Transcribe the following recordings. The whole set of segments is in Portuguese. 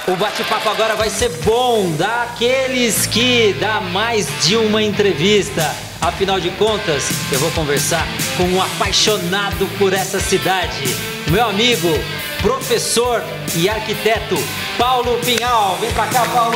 O bate-papo agora vai ser bom, daqueles que dá mais de uma entrevista. Afinal de contas, eu vou conversar com um apaixonado por essa cidade. O meu amigo, professor e arquiteto, Paulo Pinhal. Vem pra cá, Paulo!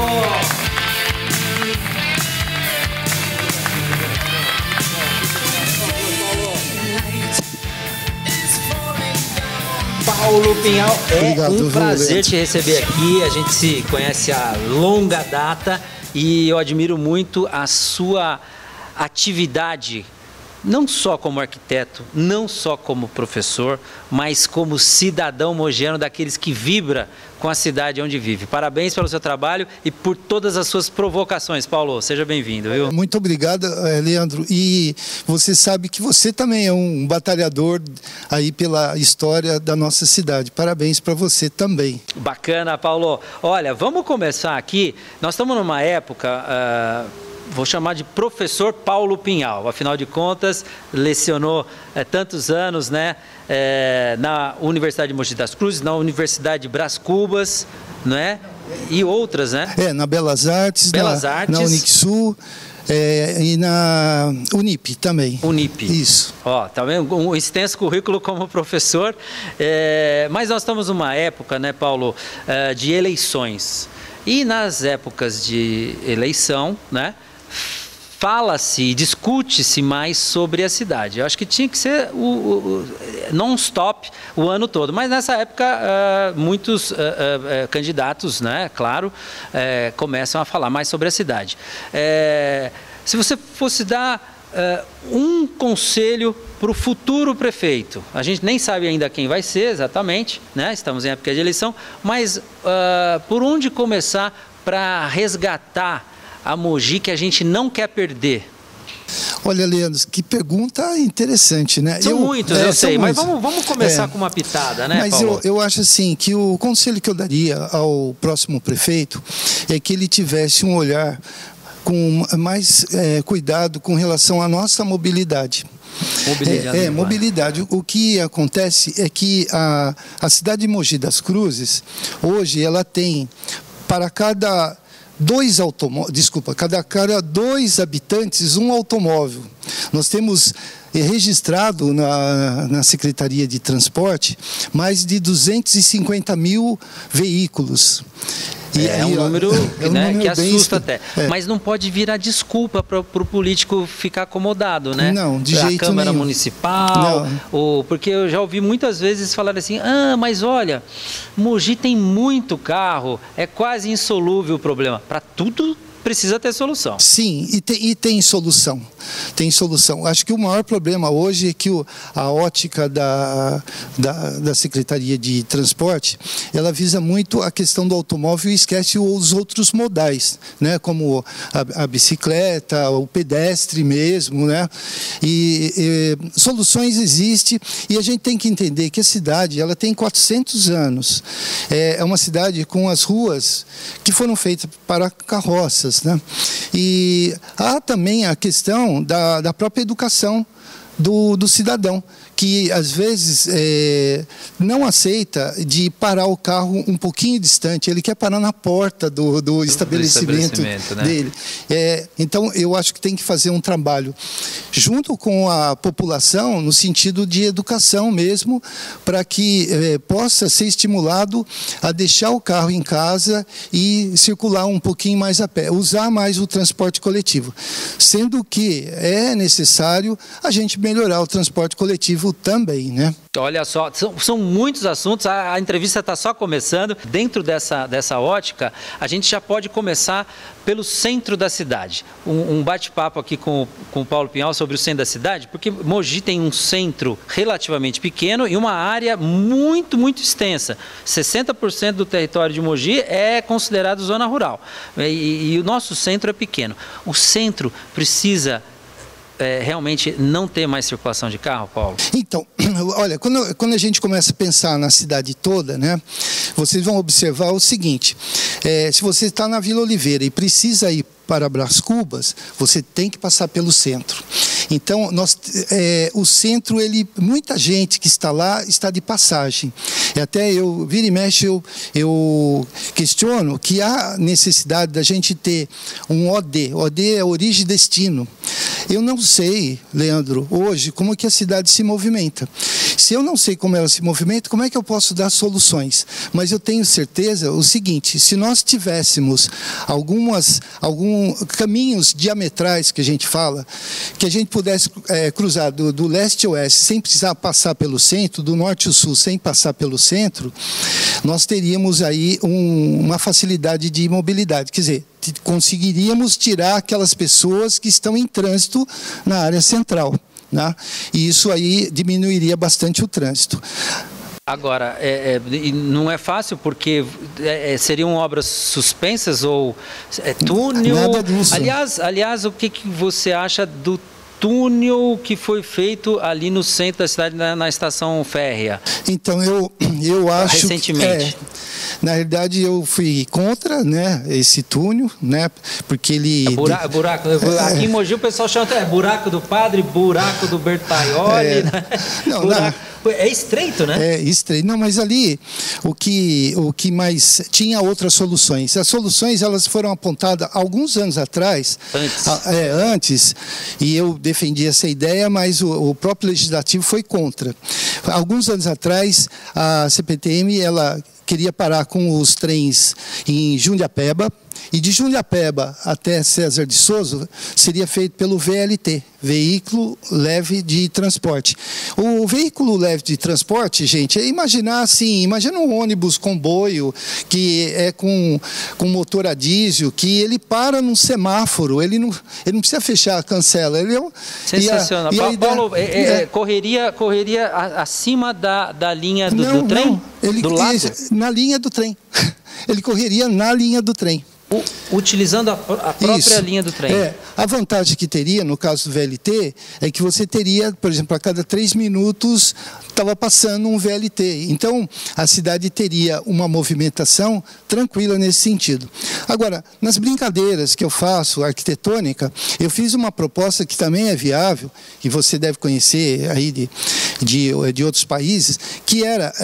Paulo Pinhal, um prazer te receber aqui. A gente se conhece há longa data e eu admiro muito a sua atividade, não só como arquiteto, não só como professor, mas como cidadão mogiano, daqueles que vibra com a cidade onde vive. Parabéns pelo seu trabalho e por todas as suas provocações, Paulo. Seja bem-vindo, viu? Muito obrigado, Leandro. E você sabe que você também é um batalhador aí pela história da nossa cidade. Parabéns para você também. Bacana, Paulo. Olha, vamos começar aqui. Nós estamos numa época... vou chamar de professor Paulo Pinhal, afinal de contas, lecionou tantos anos, né, na Universidade de Mogi das Cruzes, na Universidade de Brás Cubas, né, e outras, né? Na Belas Artes, na Unixul, e na Unip também. Unip. Isso. Ó, tá vendo? Um extenso currículo como professor, mas nós estamos numa época, né, Paulo, de eleições. E nas épocas de eleição, né, fala-se, discute-se mais sobre a cidade. Eu acho que tinha que ser non-stop o ano todo. Mas nessa época, muitos candidatos, né, claro, começam a falar mais sobre a cidade. Se você fosse dar um conselho para o futuro prefeito, a gente nem sabe ainda quem vai ser exatamente, né? Estamos em época de eleição, mas por onde começar para resgatar a Mogi que a gente não quer perder? Olha, Leandro, que pergunta interessante, né? São muitos, eu sei, mas vamos começar com uma pitada, né, Paulo? Mas eu acho assim, que o conselho que eu daria ao próximo prefeito é que ele tivesse um olhar com mais cuidado com relação à nossa mobilidade. Mobilidade. O que acontece é que a cidade de Mogi das Cruzes, hoje, ela tem para cada cada dois habitantes, um automóvel. Nós temos registrado na Secretaria de Transporte mais de 250 mil veículos. É um número que assusta até. Mas não pode virar desculpa para o político ficar acomodado, né? Não, de jeito nenhum. A Câmara Municipal, porque eu já ouvi muitas vezes falar assim, mas olha, Mogi tem muito carro, é quase insolúvel o problema. Para tudo precisa ter solução. Sim, e tem solução. Tem solução. Acho que o maior problema hoje é que a ótica da Secretaria de Transporte, ela visa muito a questão do automóvel e esquece os outros modais, né? Como a bicicleta, o pedestre mesmo, né? E soluções existem e a gente tem que entender que a cidade, ela tem 400 anos. É uma cidade com as ruas que foram feitas para carroças, né? E há também a questão da própria educação do cidadão, que às vezes não aceita de parar o carro um pouquinho distante, ele quer parar na porta do estabelecimento dele. Então eu acho que tem que fazer um trabalho junto com a população no sentido de educação mesmo, para que possa ser estimulado a deixar o carro em casa e circular um pouquinho mais a pé, usar mais o transporte coletivo, sendo que é necessário a gente melhorar o transporte coletivo também, né? Olha só, são muitos assuntos, a entrevista está só começando. Dentro dessa ótica, a gente já pode começar pelo centro da cidade. Um bate-papo aqui com o Paulo Pinhal sobre o centro da cidade, porque Mogi tem um centro relativamente pequeno e uma área muito, muito extensa. 60% do território de Mogi é considerado zona rural e o nosso centro é pequeno. O centro precisa realmente não ter mais circulação de carro, Paulo? Então, olha, quando a gente começa a pensar na cidade toda, né, vocês vão observar o seguinte, se você está na Vila Oliveira e precisa ir para Brás Cubas, você tem que passar pelo centro. Então, o centro, muita gente que está lá está de passagem. E até vira e mexe, eu questiono que há necessidade da gente ter um OD. OD é origem e destino. Eu não sei, Leandro, hoje, como que a cidade se movimenta. Se eu não sei como ela se movimenta, como é que eu posso dar soluções? Mas eu tenho certeza o seguinte, se nós tivéssemos alguns caminhos diametrais que a gente fala, que a gente pudesse cruzar do leste ao oeste sem precisar passar pelo centro, do norte ao sul sem passar pelo centro, nós teríamos aí uma facilidade de mobilidade. Quer dizer, conseguiríamos tirar aquelas pessoas que estão em trânsito na área central, né? E isso aí diminuiria bastante o trânsito. Agora, não é fácil porque seriam obras suspensas ou túnel? Nada disso. Aliás, o que você acha do túnel que foi feito ali no centro da cidade, na estação férrea? Então, eu acho... Recentemente. Na realidade, eu fui contra, né, esse túnel, né, porque ele... buraco. Aqui em Mogi o pessoal chama buraco do padre, buraco do Bertaioli. Né? É estreito, né? É estreito. Não, mas ali o que mais tinha outras soluções. As soluções elas foram apontadas alguns anos atrás. Antes, e eu defendi essa ideia, mas o próprio legislativo foi contra. Alguns anos atrás, a CPTM ela queria parar com os trens em Jundiapeba, e de Jundiapeba até César de Souza seria feito pelo VLT, Veículo Leve de Transporte. O veículo leve de transporte, gente, é imaginar assim, imagina um ônibus comboio que é com motor a diesel, que ele para num semáforo, ele não precisa fechar, cancela. Sensacional. Paulo, correria acima da linha do trem? Do lado? Na linha do trem. Ele correria na linha do trem. Utilizando a própria linha do trem. A vantagem que teria, no caso do VLT, é que você teria, por exemplo, a cada 3 minutos estava passando um VLT. Então, a cidade teria uma movimentação tranquila nesse sentido. Agora, nas brincadeiras que eu faço, arquitetônica, eu fiz uma proposta que também é viável, e você deve conhecer aí de outros países, que era,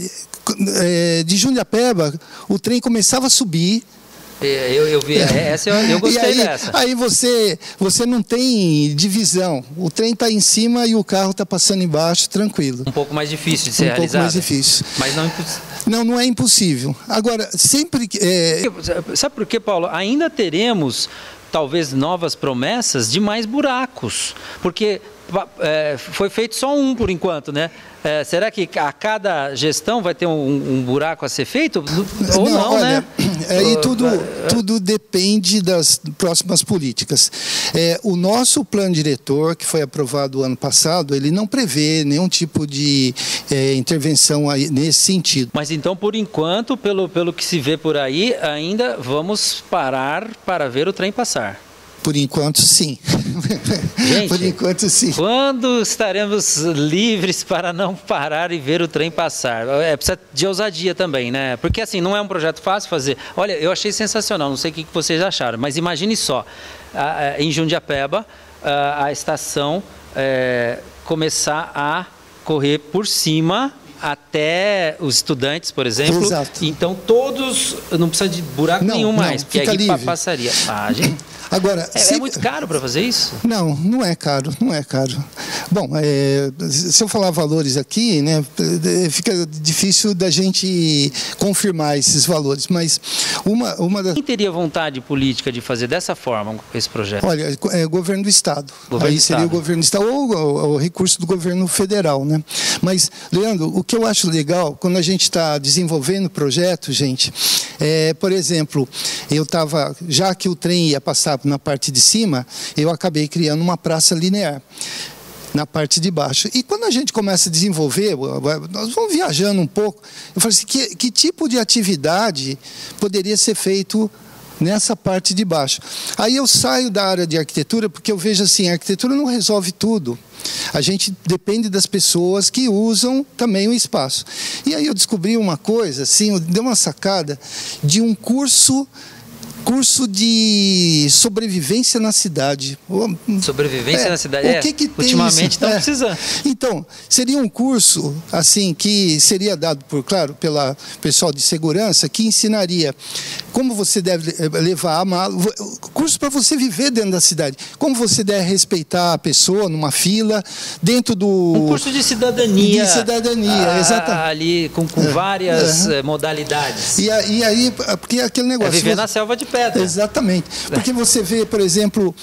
de Jundiapeba, o trem começava a subir. Eu vi, eu gostei dessa. Aí você não tem divisão. O trem está em cima e o carro está passando embaixo, tranquilo. Um pouco mais difícil de ser realizado. Um pouco mais difícil. Mas não impossível. Não é impossível. Agora, sempre... Sabe por quê, Paulo? Ainda teremos, talvez, novas promessas de mais buracos. Porque foi feito só um por enquanto, né? Será que a cada gestão vai ter um buraco a ser feito? Ou não, olha, né? Aí tudo depende das próximas políticas. O nosso plano diretor, que foi aprovado ano passado, ele não prevê nenhum tipo de intervenção aí nesse sentido. Mas então, por enquanto, pelo que se vê por aí, ainda vamos parar para ver o trem passar. Por enquanto, sim. Gente, por enquanto, sim. Quando estaremos livres para não parar e ver o trem passar? Precisa de ousadia também, né? Porque assim, não é um projeto fácil fazer. Olha, eu achei sensacional, não sei o que vocês acharam, mas imagine só, em Jundiapeba, a estação começar a correr por cima até os estudantes, por exemplo. Exato. Então todos, não precisa de buraco nenhum mais, porque aí passaria. Gente... Agora, é muito caro para fazer isso? Não é caro, não é caro. Bom, se eu falar valores aqui, né, fica difícil da gente confirmar esses valores, mas Quem teria vontade política de fazer dessa forma esse projeto? Olha, governo do Estado. Seria o governo do Estado ou o recurso do governo federal, né? Mas, Leandro, o que eu acho legal, quando a gente está desenvolvendo o projeto, gente, por exemplo, já que o trem ia passar na parte de cima, eu acabei criando uma praça linear na parte de baixo. E quando a gente começa a desenvolver, nós vamos viajando um pouco, eu falei assim, que tipo de atividade poderia ser feito nessa parte de baixo? Aí eu saio da área de arquitetura, porque eu vejo assim, a arquitetura não resolve tudo. A gente depende das pessoas que usam também o espaço. E aí eu descobri uma coisa, assim, eu dei uma sacada de um curso Curso de sobrevivência na cidade. Sobrevivência na cidade. O que tem ultimamente estão precisando. Então, seria um curso assim que seria dado pelo pessoal de segurança, que ensinaria como você deve levar a mala, curso para você viver dentro da cidade, como você deve respeitar a pessoa numa fila, dentro do... Um curso de cidadania. De cidadania, exatamente. Ali com várias modalidades. E aí, porque aquele negócio... viver na selva de pedra. Exatamente. Porque você vê, por exemplo,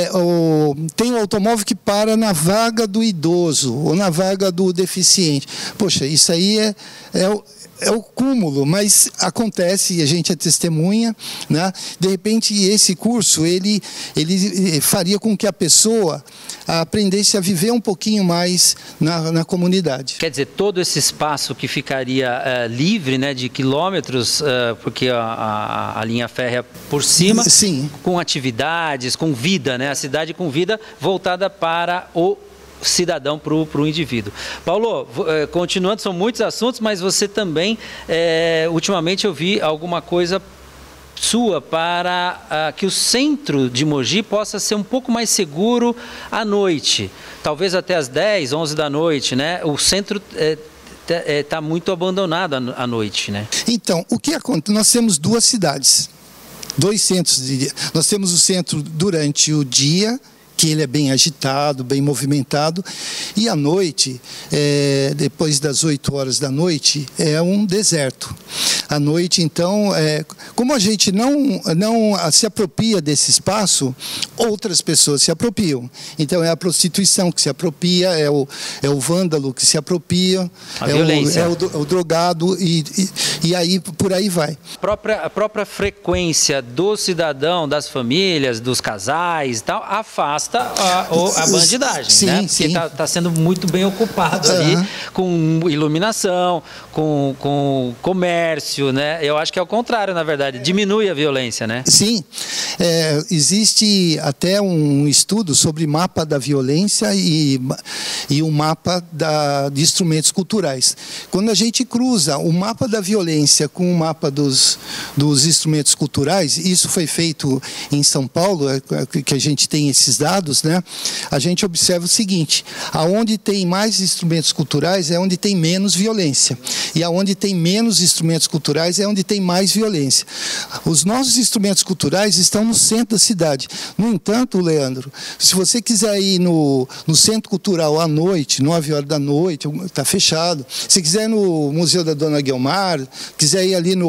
tem um automóvel que para na vaga do idoso ou na vaga do deficiente. Poxa, isso aí é o cúmulo, mas acontece e a gente é testemunha, né? De repente, esse curso, ele faria com que a pessoa aprendesse a viver um pouquinho mais na comunidade. Quer dizer, todo esse espaço que ficaria livre, né, de quilômetros, porque a linha férrea por cima, sim, com atividades, com vida, né? A cidade com vida voltada para o cidadão, para o indivíduo. Paulo, continuando, são muitos assuntos, mas você também, ultimamente eu vi alguma coisa sua para que o centro de Mogi possa ser um pouco mais seguro à noite, talvez até às 10, 11 da noite, né? O centro está muito abandonado à noite, né? Então, o que acontece? Nós temos duas cidades, dois centros. Nós temos o centro durante o dia, que ele é bem agitado, bem movimentado, e à noite, depois das 8 horas da noite, é um deserto. À noite, então, como a gente não se apropria desse espaço, outras pessoas se apropriam. Então, é a prostituição que se apropria, é o vândalo que se apropria, a violência. O drogado, e aí por aí vai. A própria frequência do cidadão, das famílias, dos casais e tal, afasta a bandidagem, sim, né? Sim. Porque está sendo muito bem ocupado ali, com iluminação, com comércio, né? Eu acho que é o contrário, na verdade, diminui a violência, né? Sim, existe até um estudo sobre mapa da violência e um mapa de instrumentos culturais. Quando a gente cruza o mapa da violência com o mapa dos instrumentos culturais, isso foi feito em São Paulo, que a gente tem esses dados, né? A gente observa o seguinte: aonde tem mais instrumentos culturais é onde tem menos violência, e aonde tem menos instrumentos culturais é onde tem mais violência. Os nossos instrumentos culturais estão no centro da cidade. No entanto, Leandro, se você quiser ir no Centro Cultural à noite, 9 horas da noite, está fechado. Se quiser ir no Museu da Dona Guiomar, quiser ir ali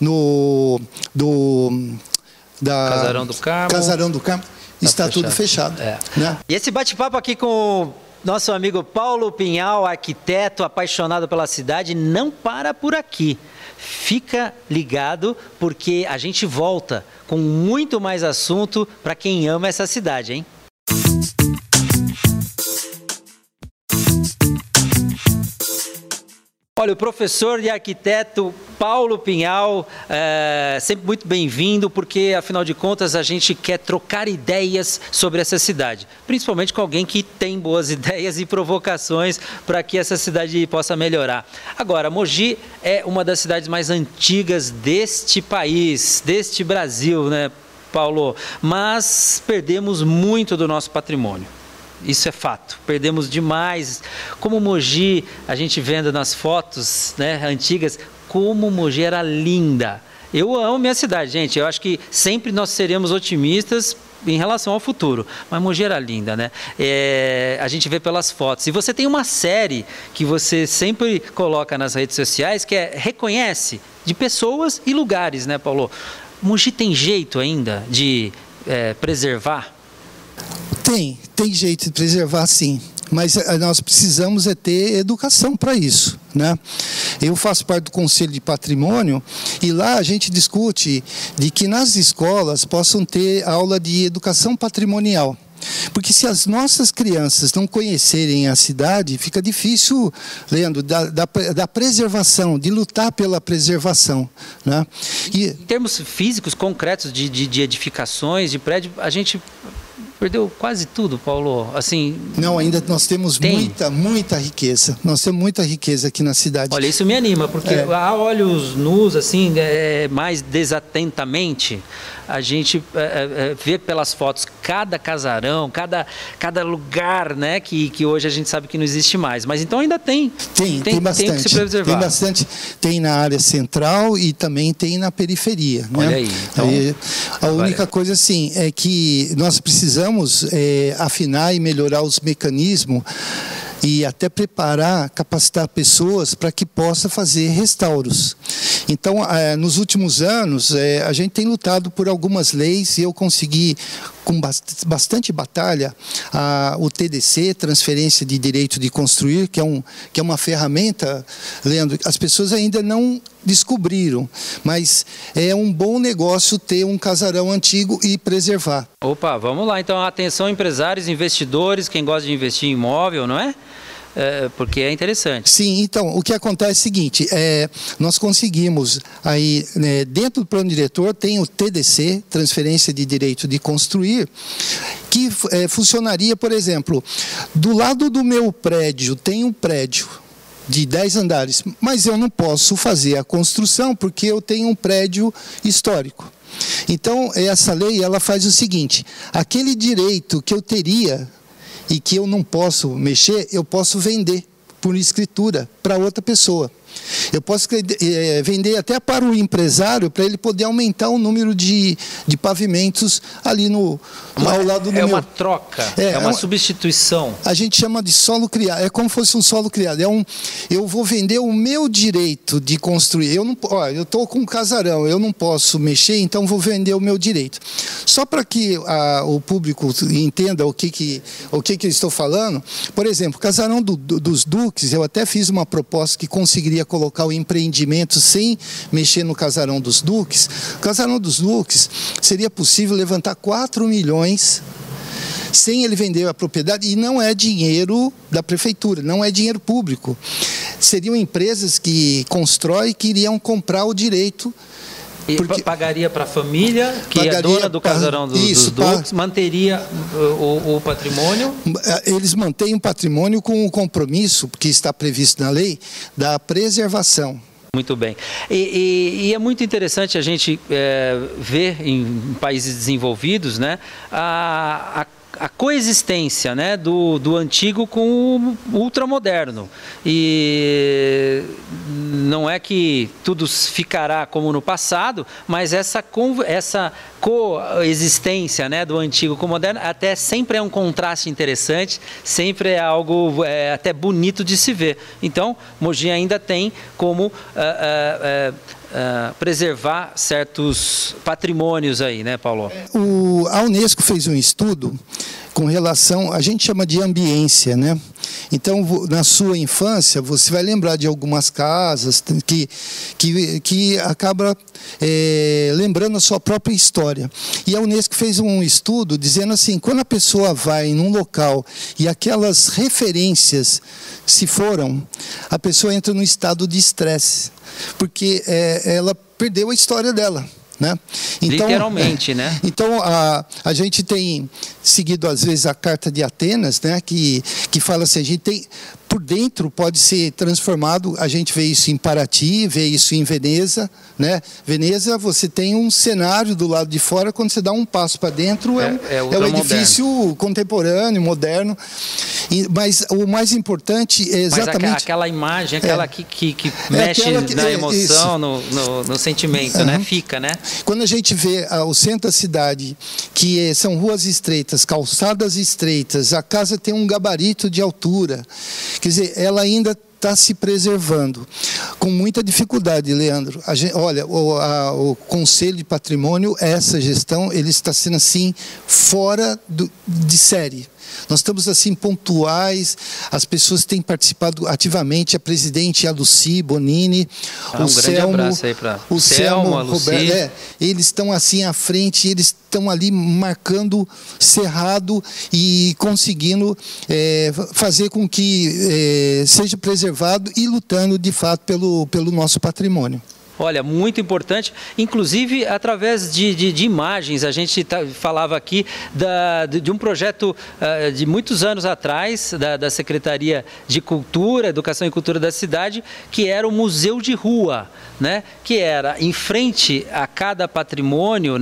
Casarão do Carmo, está fechado. Tudo fechado. Né? E esse bate-papo aqui com o nosso amigo Paulo Pinhal, arquiteto apaixonado pela cidade, não para por aqui. Fica ligado, porque a gente volta com muito mais assunto para quem ama essa cidade, hein? Olha, o professor e arquiteto Paulo Pinhal, sempre muito bem-vindo, porque, afinal de contas, a gente quer trocar ideias sobre essa cidade, principalmente com alguém que tem boas ideias e provocações para que essa cidade possa melhorar. Agora, Mogi é uma das cidades mais antigas deste país, deste Brasil, né, Paulo? Mas perdemos muito do nosso patrimônio. Isso é fato, perdemos demais. Como Mogi, a gente vendo nas fotos, né, antigas, como Mogi era linda. Eu amo minha cidade, gente. Eu acho que sempre nós seremos otimistas em relação ao futuro. Mas Mogi era linda, né? A gente vê pelas fotos. E você tem uma série que você sempre coloca nas redes sociais, que Reconhece, de pessoas e lugares, né, Paulo? Mogi tem jeito ainda de preservar? Tem jeito de preservar, sim, mas nós precisamos ter educação para isso, né? Eu faço parte do Conselho de Patrimônio e lá a gente discute de que nas escolas possam ter aula de educação patrimonial. Porque se as nossas crianças não conhecerem a cidade, fica difícil, Leandro, da preservação, de lutar pela preservação, né? Em termos físicos, concretos, de edificações, de prédio, a gente perdeu quase tudo, Paulo. Assim, não, ainda nós temos muita riqueza. Nós temos muita riqueza aqui na cidade. Olha, isso me anima, porque a olhos nus, assim, mais desatentamente, a gente vê pelas fotos cada casarão, cada lugar, né, que hoje a gente sabe que não existe mais. Mas então ainda tem bastante. Tem que se preservar. Tem bastante. Tem na área central e também tem na periferia. Né? Olha aí. Então, a única coisa, assim, é que nós precisamos afinar e melhorar os mecanismos e até preparar, capacitar pessoas para que possa fazer restauros. Então, nos últimos anos, a gente tem lutado por algumas leis e eu consegui, com bastante batalha, o TDC, Transferência de Direito de Construir, que é uma ferramenta, Leandro, as pessoas ainda não descobriram, mas é um bom negócio ter um casarão antigo e preservar. Opa, vamos lá. Então, atenção empresários, investidores, quem gosta de investir em imóvel, não é? Porque é interessante. Sim, então, o que acontece é o seguinte, nós conseguimos, aí, dentro do plano diretor, tem o TDC, Transferência de Direito de Construir, que funcionaria, por exemplo, do lado do meu prédio, tem um prédio de 10 andares, mas eu não posso fazer a construção porque eu tenho um prédio histórico. Então, essa lei, ela faz o seguinte, aquele direito que eu teria e que eu não posso mexer, eu posso vender por escritura para outra pessoa. Eu posso vender até para o empresário, para ele poder aumentar o número de pavimentos ali ao lado do meu. É uma troca, é uma substituição. A gente chama de solo criado, é como se fosse um solo criado. Eu vou vender o meu direito de construir. Eu estou com um casarão, eu não posso mexer, então vou vender o meu direito. Só para que o público entenda o que eu estou falando, por exemplo, o casarão dos Duques, eu até fiz uma proposta que conseguiria colocar o empreendimento sem mexer no casarão dos Duques. O casarão dos Duques seria possível levantar 4 milhões sem ele vender a propriedade, e não é dinheiro da prefeitura, não é dinheiro público. Seriam empresas que constroem que iriam comprar o direito. Porque pagaria para a família, que é dona do casarão dos Duques, manteria o patrimônio? Eles mantêm o patrimônio com o compromisso, que está previsto na lei, da preservação. Muito bem. E é muito interessante a gente ver em países desenvolvidos, né, a coexistência, né, do antigo com o ultramoderno. E não é que tudo ficará como no passado, mas essa coexistência, né, do antigo com o moderno até sempre é um contraste interessante, sempre é algo até bonito de se ver. Então, Mogi ainda tem como preservar certos patrimônios aí, né, Paulo? A Unesco fez um estudo com relação, a gente chama de ambiência, né? Então, na sua infância, você vai lembrar de algumas casas que acaba lembrando a sua própria história. E a Unesco fez um estudo dizendo assim, quando a pessoa vai num local e aquelas referências se foram, a pessoa entra num estado de estresse, porque ela perdeu a história dela. Né? Então, literalmente, né? Então, a gente tem seguido, às vezes, a Carta de Atenas, né? que fala assim, a gente tem, por dentro pode ser transformado, a gente vê isso em Paraty, vê isso em Veneza, né? Veneza, você tem um cenário do lado de fora, quando você dá um passo para dentro, é um edifício contemporâneo, moderno, mas o mais importante é exatamente... Mas aquela imagem, aquela que mexe na emoção, no sentimento, né? Fica, né? Quando a gente vê o centro da cidade, que são ruas estreitas, calçadas estreitas, a casa tem um gabarito de altura, quer dizer, ela ainda está se preservando, com muita dificuldade, Leandro. Olha, o Conselho de Patrimônio, essa gestão, ele está sendo assim, fora de série. Nós estamos assim pontuais, as pessoas têm participado ativamente, a presidente a Lucy Bonini, um grande abraço aí para o Selmo, a Lucy. Roberto, eles estão assim à frente, eles estão ali marcando cerrado e conseguindo fazer com que seja preservado e lutando de fato pelo nosso patrimônio. Olha, muito importante, inclusive através de imagens. A gente falava aqui de um projeto de muitos anos atrás, da Secretaria de Cultura, Educação e Cultura da cidade, que era o Museu de Rua, né? Que era em frente a cada patrimônio, né?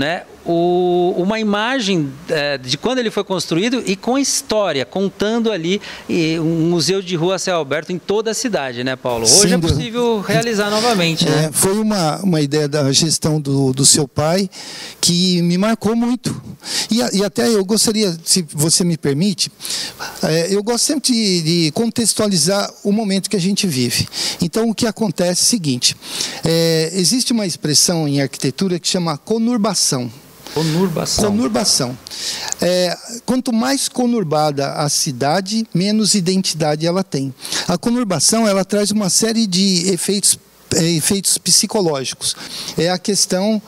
uma imagem de quando ele foi construído e com história, contando ali um museu de rua a céu aberto em toda a cidade, né, Paulo? Hoje é possível realizar novamente, né? Foi uma ideia da gestão do seu pai que me marcou muito. E até eu gostaria, se você me permite, eu gosto sempre de contextualizar o momento que a gente vive. Então, o que acontece é o seguinte, existe uma expressão em arquitetura que chama conurbação. Conurbação. Quanto mais conurbada a cidade, menos identidade ela tem. A conurbação, ela traz uma série de efeitos psicológicos. É a questão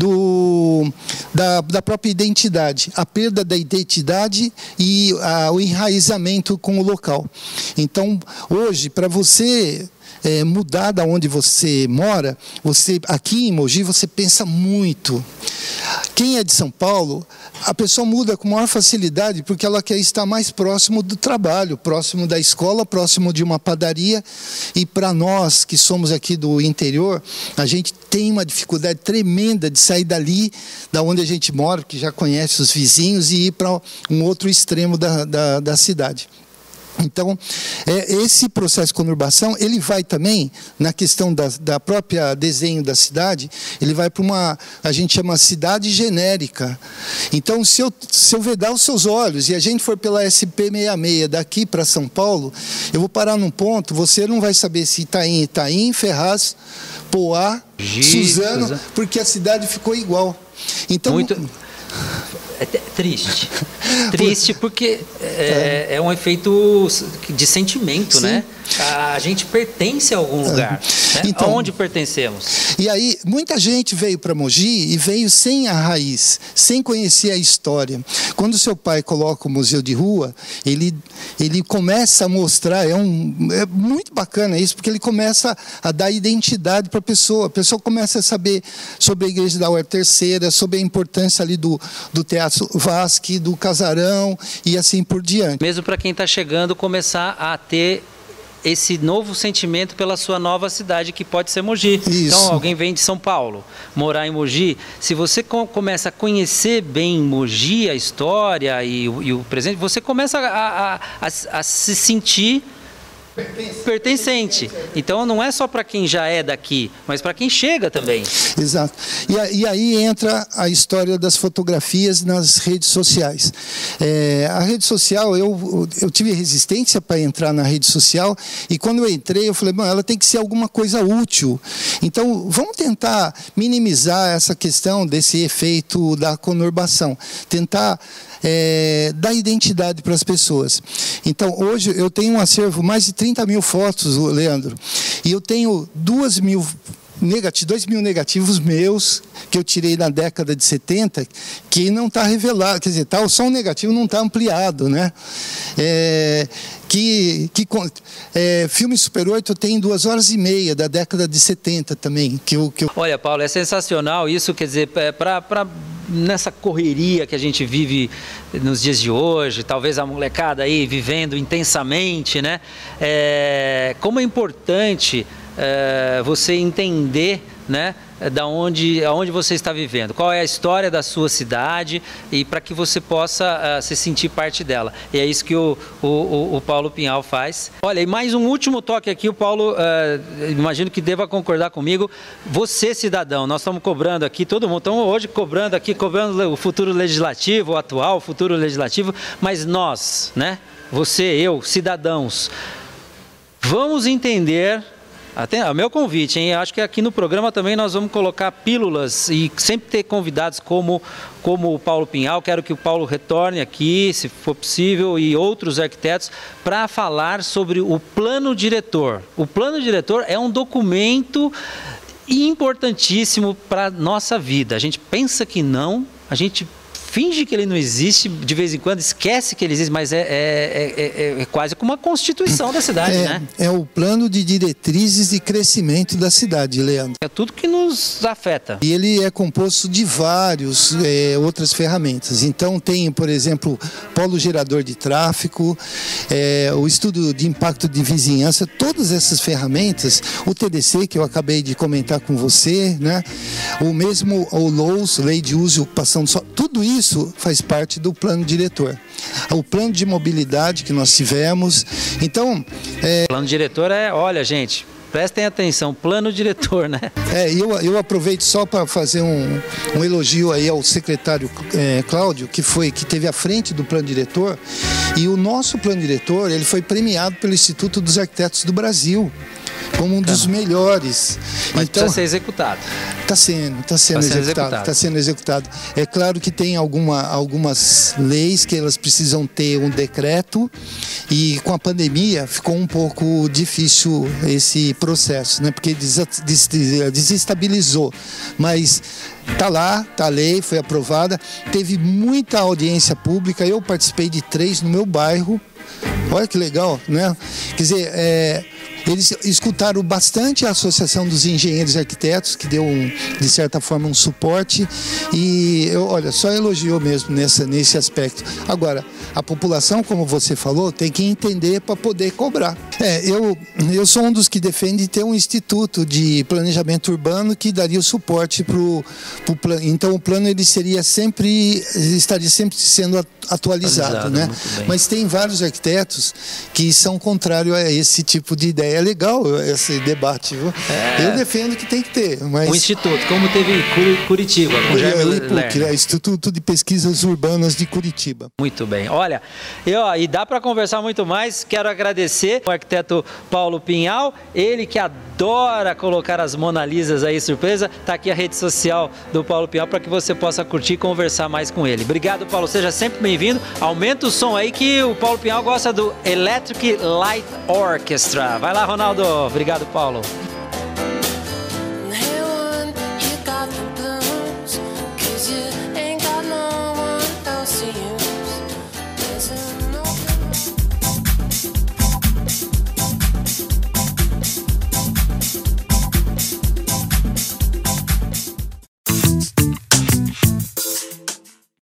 da própria identidade, a perda da identidade e o enraizamento com o local. Então, hoje, para você mudar da onde você mora, aqui em Mogi, você pensa muito. Quem é de São Paulo, a pessoa muda com maior facilidade porque ela quer estar mais próximo do trabalho, próximo da escola, próximo de uma padaria. E para nós que somos aqui do interior, a gente tem uma dificuldade tremenda de sair dali, da onde a gente mora, que já conhece os vizinhos, e ir para um outro extremo da cidade. Então, esse processo de conurbação, ele vai também, na questão da própria desenho da cidade, ele vai para a gente chama cidade genérica. Então, se eu vedar os seus olhos e a gente for pela SP66 daqui para São Paulo, eu vou parar num ponto, você não vai saber se está em Itaim, Ferraz, Poá, Suzano, porque a cidade ficou igual. Então, é triste. Triste porque é um efeito de sentimento, né? A gente pertence a algum lugar. Né? Então, aonde pertencemos? E aí, muita gente veio para Mogi e veio sem a raiz, sem conhecer a história. Quando seu pai coloca o museu de rua, ele começa a mostrar, é muito bacana isso, porque ele começa a dar identidade para a pessoa começa a saber sobre a igreja da Uer Terceira, sobre a importância ali do Teatro Vasque, do Casarão e assim por diante. Mesmo para quem está chegando, começar a ter esse novo sentimento pela sua nova cidade, que pode ser Mogi. Isso. Então, alguém vem de São Paulo, morar em Mogi, se você começa a conhecer bem Mogi, a história e o presente, você começa a se sentir pertencente. Então, não é só para quem já é daqui, mas para quem chega também. Exato. E aí entra a história das fotografias nas redes sociais. A rede social, eu tive resistência para entrar na rede social, e quando eu entrei, eu falei, bom, ela tem que ser alguma coisa útil. Então, vamos tentar minimizar essa questão desse efeito da conurbação. Tentar dar identidade para as pessoas. Então, hoje eu tenho um acervo, mais de 30 mil fotos, Leandro, e eu tenho 2 mil negativos meus, que eu tirei na década de 70, que não está revelado, quer dizer, só um negativo não está ampliado, né? Filme Super 8 tem 2 horas e meia da década de 70 também. Olha, Paulo, é sensacional isso, quer dizer, nessa correria que a gente vive nos dias de hoje, talvez a molecada aí vivendo intensamente, né? Como é importante você entender, né, aonde você está vivendo, qual é a história da sua cidade, e para que você possa se sentir parte dela. E é isso que o Paulo Pinhal faz. Olha, e mais um último toque aqui, o Paulo, imagino que deva concordar comigo. Você, cidadão, nós estamos cobrando aqui, todo mundo, estamos hoje cobrando o futuro legislativo, o atual futuro legislativo, mas nós, né, você, eu, cidadãos, vamos entender. Até meu convite, hein? Acho que aqui no programa também nós vamos colocar pílulas e sempre ter convidados como o Paulo Pinhal. Quero que o Paulo retorne aqui, se for possível, e outros arquitetos, para falar sobre o plano diretor. O plano diretor é um documento importantíssimo para a nossa vida. A gente pensa que não, a gente finge que ele não existe, de vez em quando esquece que ele existe, mas é quase como uma constituição da cidade, né? É o plano de diretrizes de crescimento da cidade, Leandro. É tudo que nos afeta. E ele é composto de várias outras ferramentas. Então tem, por exemplo, polo gerador de tráfego, o estudo de impacto de vizinhança, todas essas ferramentas, o TDC que eu acabei de comentar com você, né? O mesmo o LOUS, Lei de Uso e Ocupação do Solo, tudo isso faz parte do plano diretor. O plano de mobilidade que nós tivemos. Então, o plano diretor olha, gente, prestem atenção, plano diretor, né? Eu aproveito só para fazer um elogio aí ao secretário Cláudio, que teve à frente do plano diretor, e o nosso plano diretor, ele foi premiado pelo Instituto dos Arquitetos do Brasil como um dos melhores. Mas então, precisa ser executado. Está sendo executado. É claro que tem algumas leis que elas precisam ter um decreto, e com a pandemia ficou um pouco difícil esse processo, né? Porque desestabilizou. Mas está lá, está a lei, foi aprovada, teve muita audiência pública, eu participei de 3 no meu bairro. Olha que legal, né? Quer dizer, eles escutaram bastante a Associação dos Engenheiros e Arquitetos, que deu, de certa forma, um suporte, e só elogiou mesmo nesse aspecto. Agora, a população, como você falou, tem que entender para poder cobrar. Eu sou um dos que defende ter um instituto de planejamento urbano que daria o suporte para o plano. Então, o plano ele estaria sempre sendo atualizado, né? Mas tem vários arquitetos que são contrários a esse tipo de ideia. É legal esse debate, viu? Eu defendo que tem que ter. Mas... O Instituto, como teve Curitiba, com o IPUC, Instituto de Pesquisas Urbanas de Curitiba. Muito bem. Olha, e dá para conversar muito mais. Quero agradecer o arquiteto Paulo Pinhal, ele que adora colocar as Mona Lisas aí, surpresa. Está aqui a rede social do Paulo Pinhal para que você possa curtir e conversar mais com ele. Obrigado, Paulo. Seja sempre bem-vindo. Aumenta o som aí que o Paulo Pinhal gosta do Electric Light Orchestra. Vai lá, Ronaldo. Obrigado, Paulo.